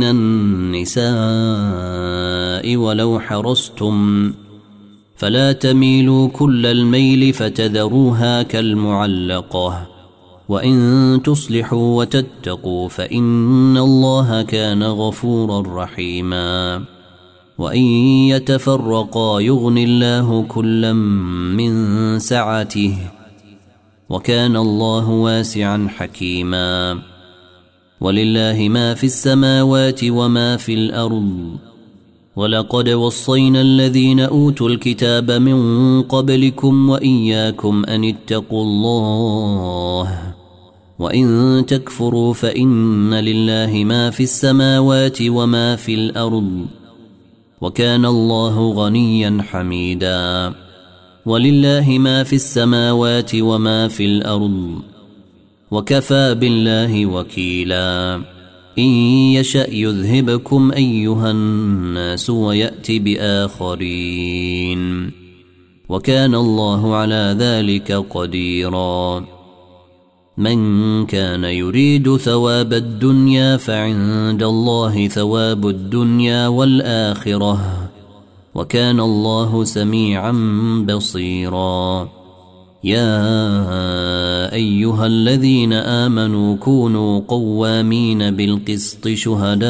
Speaker 1: النساء ولو حرصتم فلا تميلوا كل الميل فتذروها كالمعلقة وإن تصلحوا وتتقوا فإن الله كان غفورا رحيما وإن يتفرقا يغني الله كلا من سعته وكان الله واسعا حكيما ولله ما في السماوات وما في الأرض ولقد وصينا الذين أوتوا الكتاب من قبلكم وإياكم أن اتقوا الله وإن تكفروا فإن لله ما في السماوات وما في الأرض وكان الله غنيا حميدا ولله ما في السماوات وما في الأرض وكفى بالله وكيلا إن يشأ يذهبكم أيها الناس ويأت بآخرين وكان الله على ذلك قديرا من كان يريد ثواب الدنيا فعند الله ثواب الدنيا والآخرة وكان الله سميعا بصيرا يا أيها الذين آمنوا كونوا قوامين بالقسط شهداء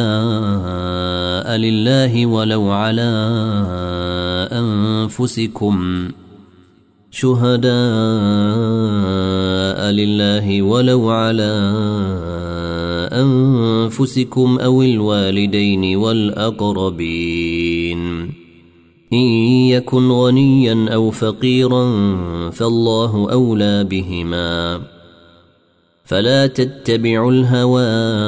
Speaker 1: لله ولو على أنفسكم شهداء لله ولو على أنفسكم أو الوالدين والأقربين إن يكن غنيا أو فقيرا فالله أولى بهما فلا تتبعوا الهوى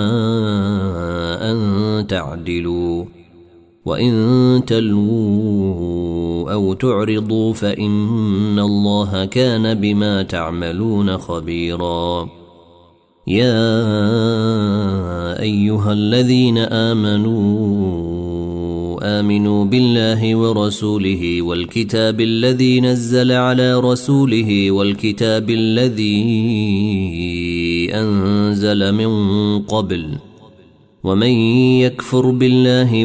Speaker 1: أن تعدلوا وإن تلووا أو تعرضوا فإن الله كان بما تعملون خبيرا يا أيها الذين آمنوا آمنوا بالله ورسوله والكتاب الذي نزل على رسوله والكتاب الذي أنزل من قبل ومن يكفر بالله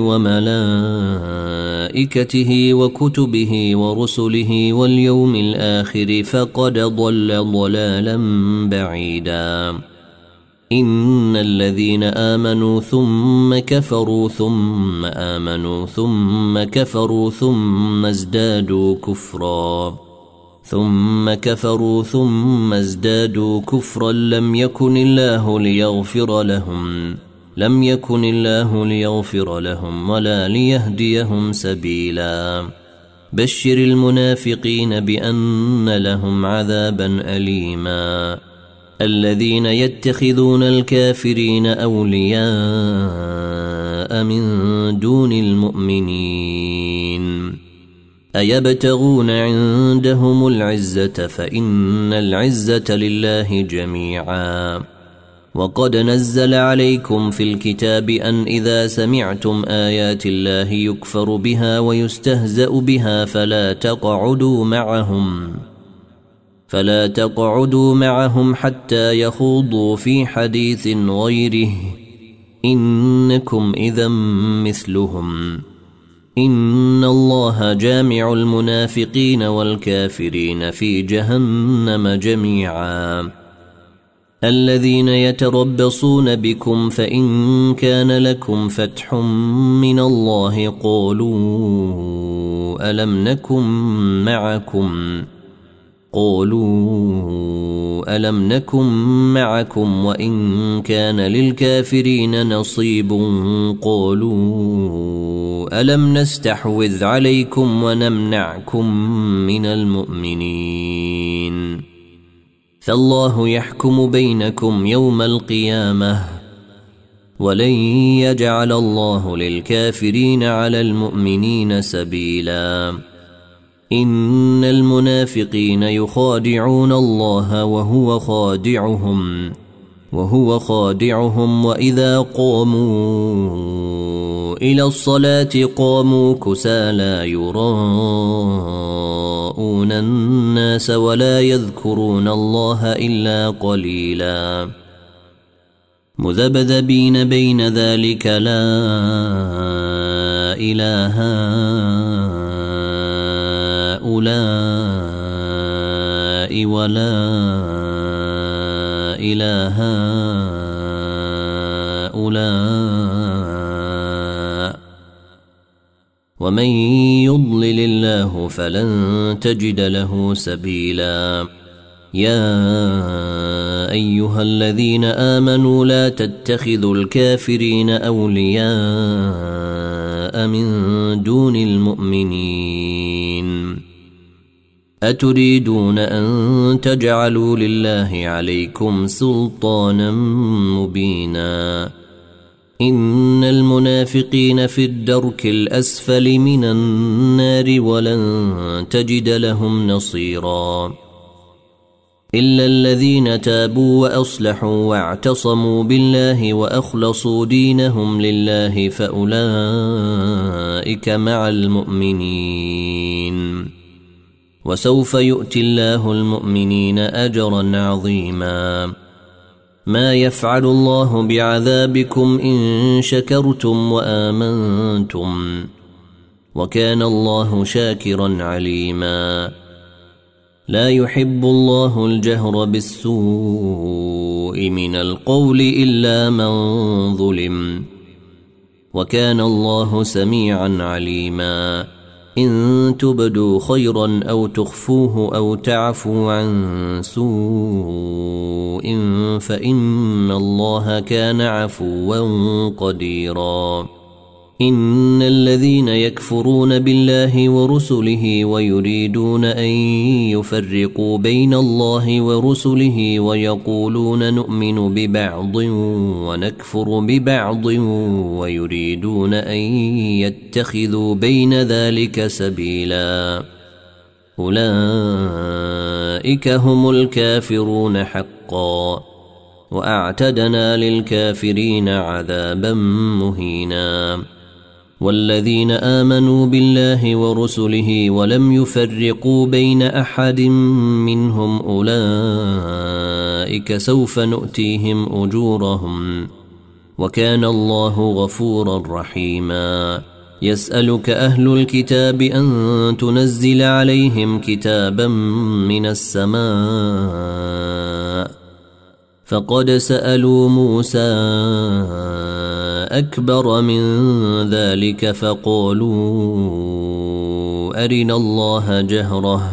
Speaker 1: وملائكته وكتبه ورسله واليوم الآخر فقد ضل ضلالا بعيدا إن الذين آمنوا ثم كفروا ثم آمنوا ثم كفروا ثم ازدادوا كفرا ثم كفروا ثم ازدادوا كفرا لم يكن الله ليغفر لهم لم يكن الله ليغفر لهم ولا ليهديهم سبيلا بشر المنافقين بأن لهم عذابا أليما الذين يتخذون الكافرين أولياء من دون المؤمنين أيبتغون عندهم العزة فإن العزة لله جميعا وقد نزل عليكم في الكتاب أن إذا سمعتم آيات الله يكفر بها ويستهزأ بها فلا تقعدوا معهم فلا تقعدوا معهم حتى يخوضوا في حديث غيره إنكم إذا مثلهم إن الله جامع المنافقين والكافرين في جهنم جميعا الذين يتربصون بكم فإن كان لكم فتح من الله قالوا ألم نكن معكم قالوا ألم نكن معكم وإن كان للكافرين نصيب قالوا ألم نستحوذ عليكم ونمنعكم من المؤمنين فالله يحكم بينكم يوم القيامة ولن يجعل الله للكافرين على المؤمنين سبيلا إن المنافقين يخادعون الله وهو خادعهم وهو خادعهم وإذا قاموا إلى الصلاة قاموا كسالى يراءون الناس ولا يذكرون الله إلا قليلا مذبذبين بين ذلك لا إله هؤلاء ولا إله هؤلاء ومن يضلل الله فلن تجد له سبيلا يا أيها الذين آمنوا لا تتخذوا الكافرين أولياء من دون المؤمنين أتريدون أن تجعلوا لله عليكم سلطانا مبينا إن المنافقين في الدرك الأسفل من النار ولن تجد لهم نصيرا إلا الذين تابوا وأصلحوا واعتصموا بالله وأخلصوا دينهم لله فأولئك مع المؤمنين وسوف يؤتي الله المؤمنين أجرا عظيما ما يفعل الله بعذابكم إن شكرتم وآمنتم وكان الله شاكرا عليما لا يحب الله الجهر بالسوء من القول إلا من ظلم وكان الله سميعا عليما إن تبدوا خيرا أو تخفوه أو تعفوا عن سوء فإن الله كان عفوا قديرا إن الذين يكفرون بالله ورسله ويريدون أن يفرقوا بين الله ورسله ويقولون نؤمن ببعض ونكفر ببعض ويريدون أن يتخذوا بين ذلك سبيلا أولئك هم الكافرون حقا وأعتدنا للكافرين عذابا مهينا والذين آمنوا بالله ورسله ولم يفرقوا بين أحد منهم أولئك سوف نؤتيهم أجورهم وكان الله غفورا رحيما يسألك أهل الكتاب أن تنزل عليهم كتابا من السماء فقد سألوا موسى أكبر من ذلك فقالوا أرنا الله جهرة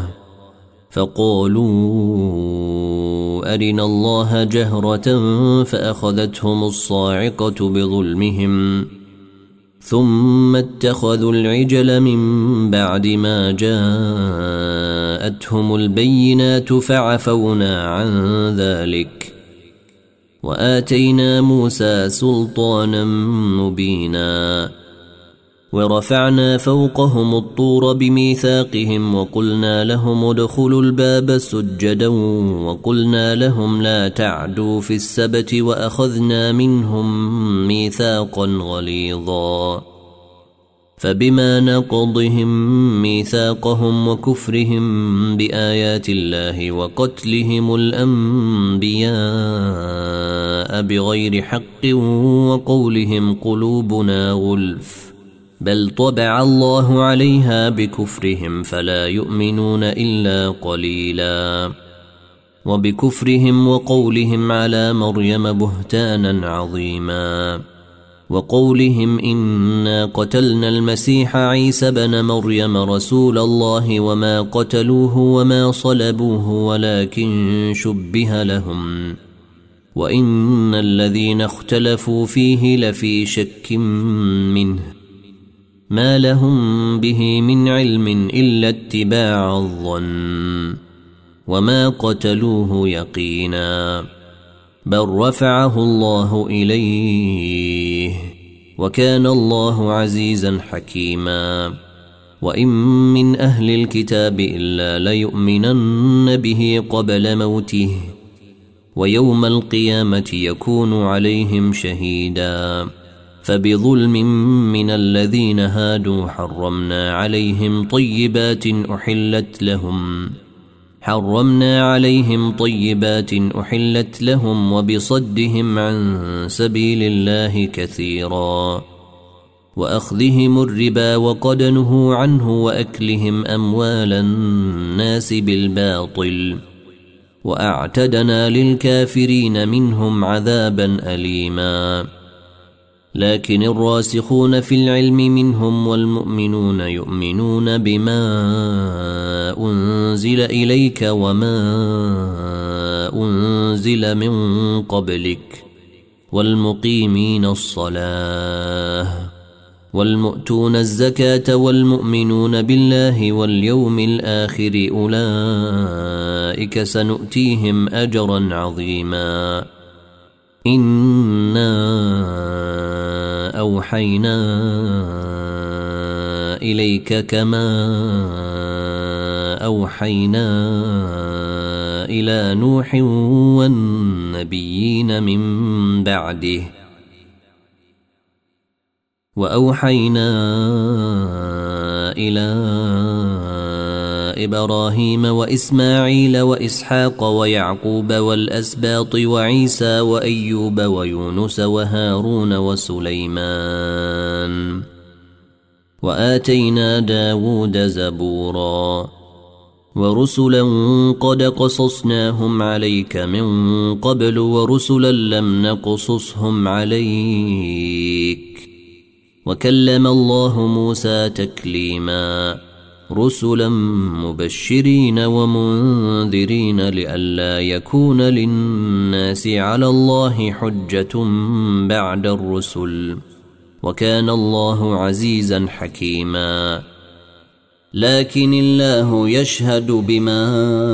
Speaker 1: فقالوا أرنا الله جهرة فأخذتهم الصاعقة بظلمهم ثم اتخذوا العجل من بعد ما جاءتهم البينات فعفونا عن ذلك وآتينا موسى سلطانا مبينا ورفعنا فوقهم الطور بميثاقهم وقلنا لهم ادخلوا الباب سجدا وقلنا لهم لا تعدوا في السبت وأخذنا منهم ميثاقا غليظا فبما نقضهم ميثاقهم وكفرهم بآيات الله وقتلهم الأنبياء بغير حق وقولهم قلوبنا غلف بل طبع الله عليها بكفرهم فلا يؤمنون إلا قليلا وبكفرهم وقولهم على مريم بهتانا عظيما وقولهم إنا قتلنا المسيح عيسى بن مريم رسول الله وما قتلوه وما صلبوه ولكن شبه لهم وإن الذين اختلفوا فيه لفي شك منه ما لهم به من علم إلا اتباع الظن وما قتلوه يقينا بل رفعه الله إليه وكان الله عزيزا حكيما وإن من أهل الكتاب إلا ليؤمنن به قبل موته ويوم القيامة يكون عليهم شهيدا فبظلم من الذين هادوا حرمنا عليهم طيبات أحلت لهم حرمنا عليهم طيبات أحلت لهم وبصدهم عن سبيل الله كثيرا وأخذهم الربا وقد نهوا عنه وأكلهم أموال الناس بالباطل وأعتدنا للكافرين منهم عذابا أليما لكن الراسخون في العلم منهم والمؤمنون يؤمنون بما أنزل إليك وما أنزل من قبلك والمقيمين الصلاة والمؤتون الزكاة والمؤمنون بالله واليوم الآخر أولئك سنؤتيهم أجرا عظيما إنا أوحينا إليك كما أوحينا إلى نوح والنبيين من بعده وأوحينا إلى إبراهيم وإسماعيل وإسحاق ويعقوب والأسباط وعيسى وأيوب ويونس وهارون وسليمان وآتينا داود زبورا ورسلا قد قصصناهم عليك من قبل ورسلا لم نقصصهم عليك وكلم الله موسى تكليما رسلا مبشرين ومنذرين لئلا يكون للناس على الله حجة بعد الرسل وكان الله عزيزا حكيما لكن الله يشهد بما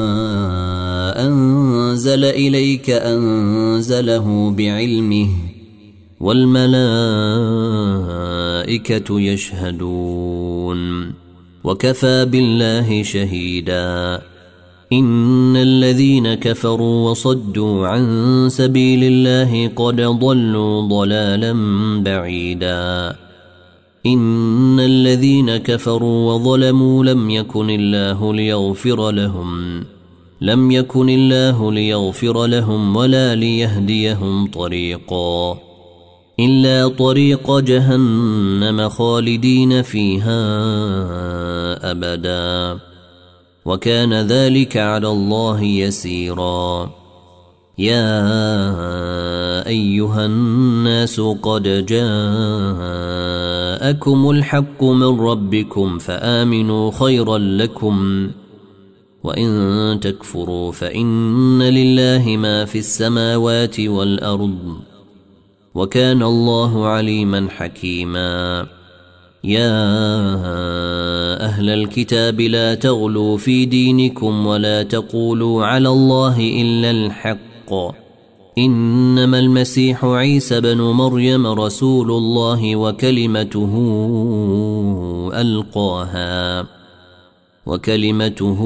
Speaker 1: أنزل إليك أنزله بعلمه والملائكة يشهدون وكفى بالله شهيدا إن الذين كفروا وصدوا عن سبيل الله قد ضلوا ضلالا بعيدا إن الذين كفروا وظلموا لم يكن الله ليغفر لهم لم يكن الله ليغفر لهم ولا ليهديهم طريقا إلا طريق جهنم خالدين فيها أبدا وكان ذلك على الله يسيرا يا أيها الناس قد جاءكم الحق من ربكم فآمنوا خيرا لكم وإن تكفروا فإن لله ما في السماوات والأرض وكان الله عليما حكيما يا أهل الكتاب لا تغلوا في دينكم ولا تقولوا على الله إلا الحق إنما المسيح عيسى بن مريم رسول الله وكلمته ألقاها وكلمته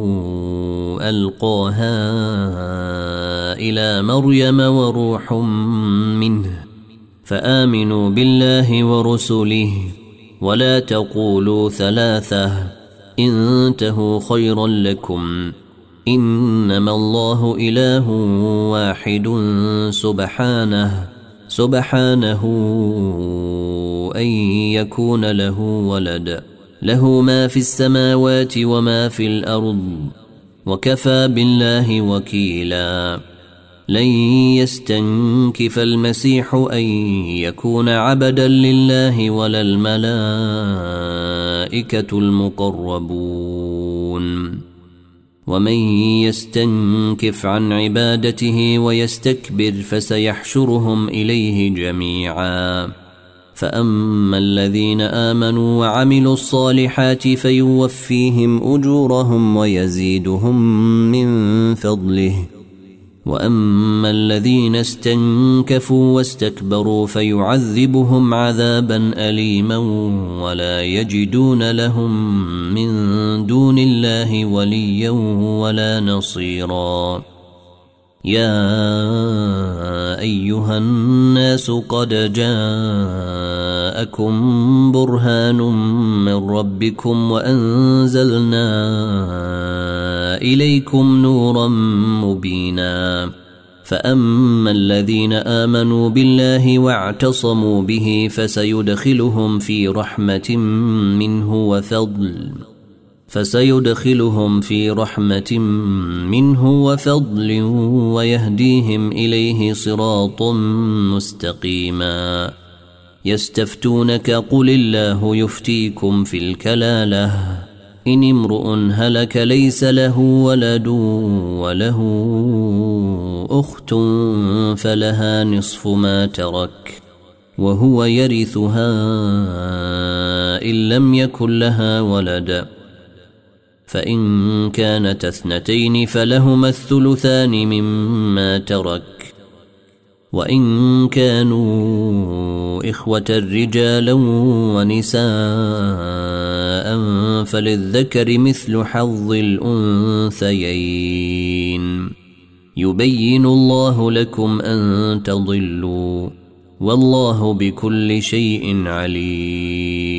Speaker 1: ألقاها إلى مريم وروح منه فآمنوا بالله ورسله ولا تقولوا ثلاثة انتهوا خيرا لكم إنما الله إله واحد سبحانه سبحانه أن يكون له ولد له ما في السماوات وما في الأرض وكفى بالله وكيلا لن يستنكف المسيح أن يكون عبدا لله ولا الملائكة المقربون ومن يستنكف عن عبادته ويستكبر فسيحشرهم إليه جميعا فأما الذين آمنوا وعملوا الصالحات فيوفيهم أجورهم ويزيدهم من فضله وأما الذين استنكفوا واستكبروا فيعذبهم عذابا أليما ولا يجدون لهم من دون الله وليا ولا نصيرا يا أيها الناس قد جاءكم برهان من ربكم وأنزلنا إليكم نورا مبينا فأما الذين آمنوا بالله واعتصموا به فسيدخلهم في رحمة منه وفضل فسيدخلهم في رحمة منه وفضل ويهديهم إليه صراطا مستقيما يستفتونك قل الله يفتيكم في الكلالة إن امرؤ هلك ليس له ولد وله أخت فلها نصف ما ترك وهو يرثها إن لم يكن لها ولد فإن كانت اثنتين فلهما الثلثان مما ترك وإن كانوا إخوة رجالا ونساء فللذكر مثل حظ الأنثيين يبين الله لكم أن تضلوا والله بكل شيء عليم.